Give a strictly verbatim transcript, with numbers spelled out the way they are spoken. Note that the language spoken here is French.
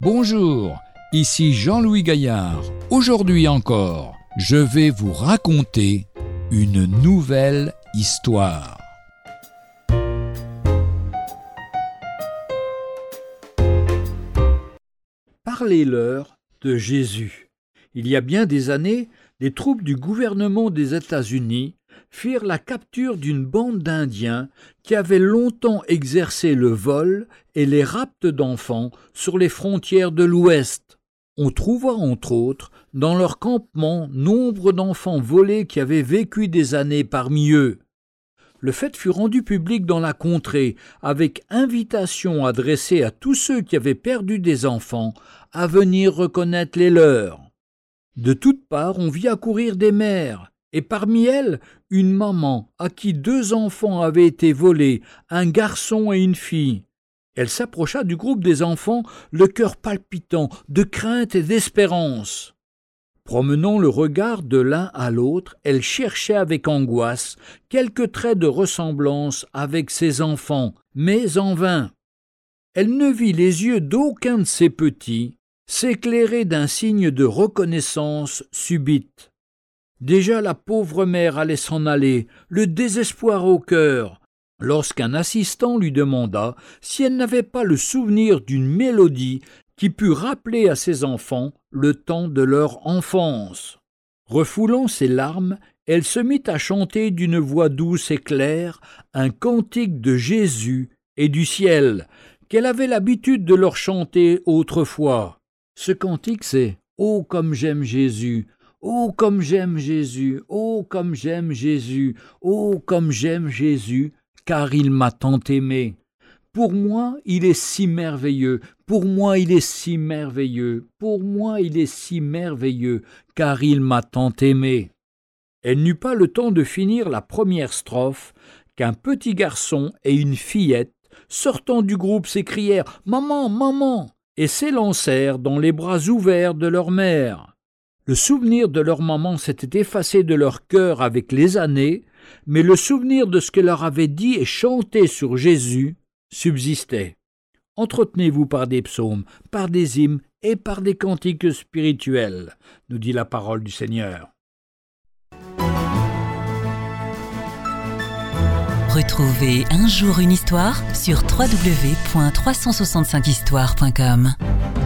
Bonjour, ici Jean-Louis Gaillard. Aujourd'hui encore, je vais vous raconter une nouvelle histoire. Parlez-leur de Jésus. Il y a bien des années, des troupes du gouvernement des États-Unis firent la capture d'une bande d'Indiens qui avaient longtemps exercé le vol et les rapts d'enfants sur les frontières de l'Ouest. On trouva entre autres dans leur campement nombre d'enfants volés qui avaient vécu des années parmi eux. Le fait fut rendu public dans la contrée, avec invitation adressée à tous ceux qui avaient perdu des enfants à venir reconnaître les leurs. De toutes parts, on vit accourir des mères, et parmi elles, une maman à qui deux enfants avaient été volés, un garçon et une fille. Elle s'approcha du groupe des enfants, le cœur palpitant de crainte et d'espérance. Promenant le regard de l'un à l'autre, elle cherchait avec angoisse quelques traits de ressemblance avec ses enfants, mais en vain. Elle ne vit les yeux d'aucun de ses petits s'éclairer d'un signe de reconnaissance subite. Déjà la pauvre mère allait s'en aller, le désespoir au cœur, lorsqu'un assistant lui demanda si elle n'avait pas le souvenir d'une mélodie qui pût rappeler à ses enfants le temps de leur enfance. Refoulant ses larmes, elle se mit à chanter d'une voix douce et claire un cantique de Jésus et du ciel, qu'elle avait l'habitude de leur chanter autrefois. Ce cantique, c'est « Oh, comme j'aime Jésus ! Oh, comme j'aime Jésus ! Oh, comme j'aime Jésus ! Oh, comme j'aime Jésus ! Car il m'a tant aimé. Pour moi, il est si merveilleux. Pour moi, il est si merveilleux. Pour moi, il est si merveilleux. Car il m'a tant aimé. » Elle n'eut pas le temps de finir la première strophe qu'un petit garçon et une fillette, sortant du groupe, s'écrièrent « Maman, maman !» et s'élancèrent dans les bras ouverts de leur mère. Le souvenir de leur maman s'était effacé de leur cœur avec les années, mais le souvenir de ce qu'elle leur avait dit et chanté sur Jésus subsistait. Entretenez-vous par des psaumes, par des hymnes et par des cantiques spirituels, nous dit la parole du Seigneur. Retrouvez Un jour une histoire sur w w w point trois cent soixante-cinq histoire point com.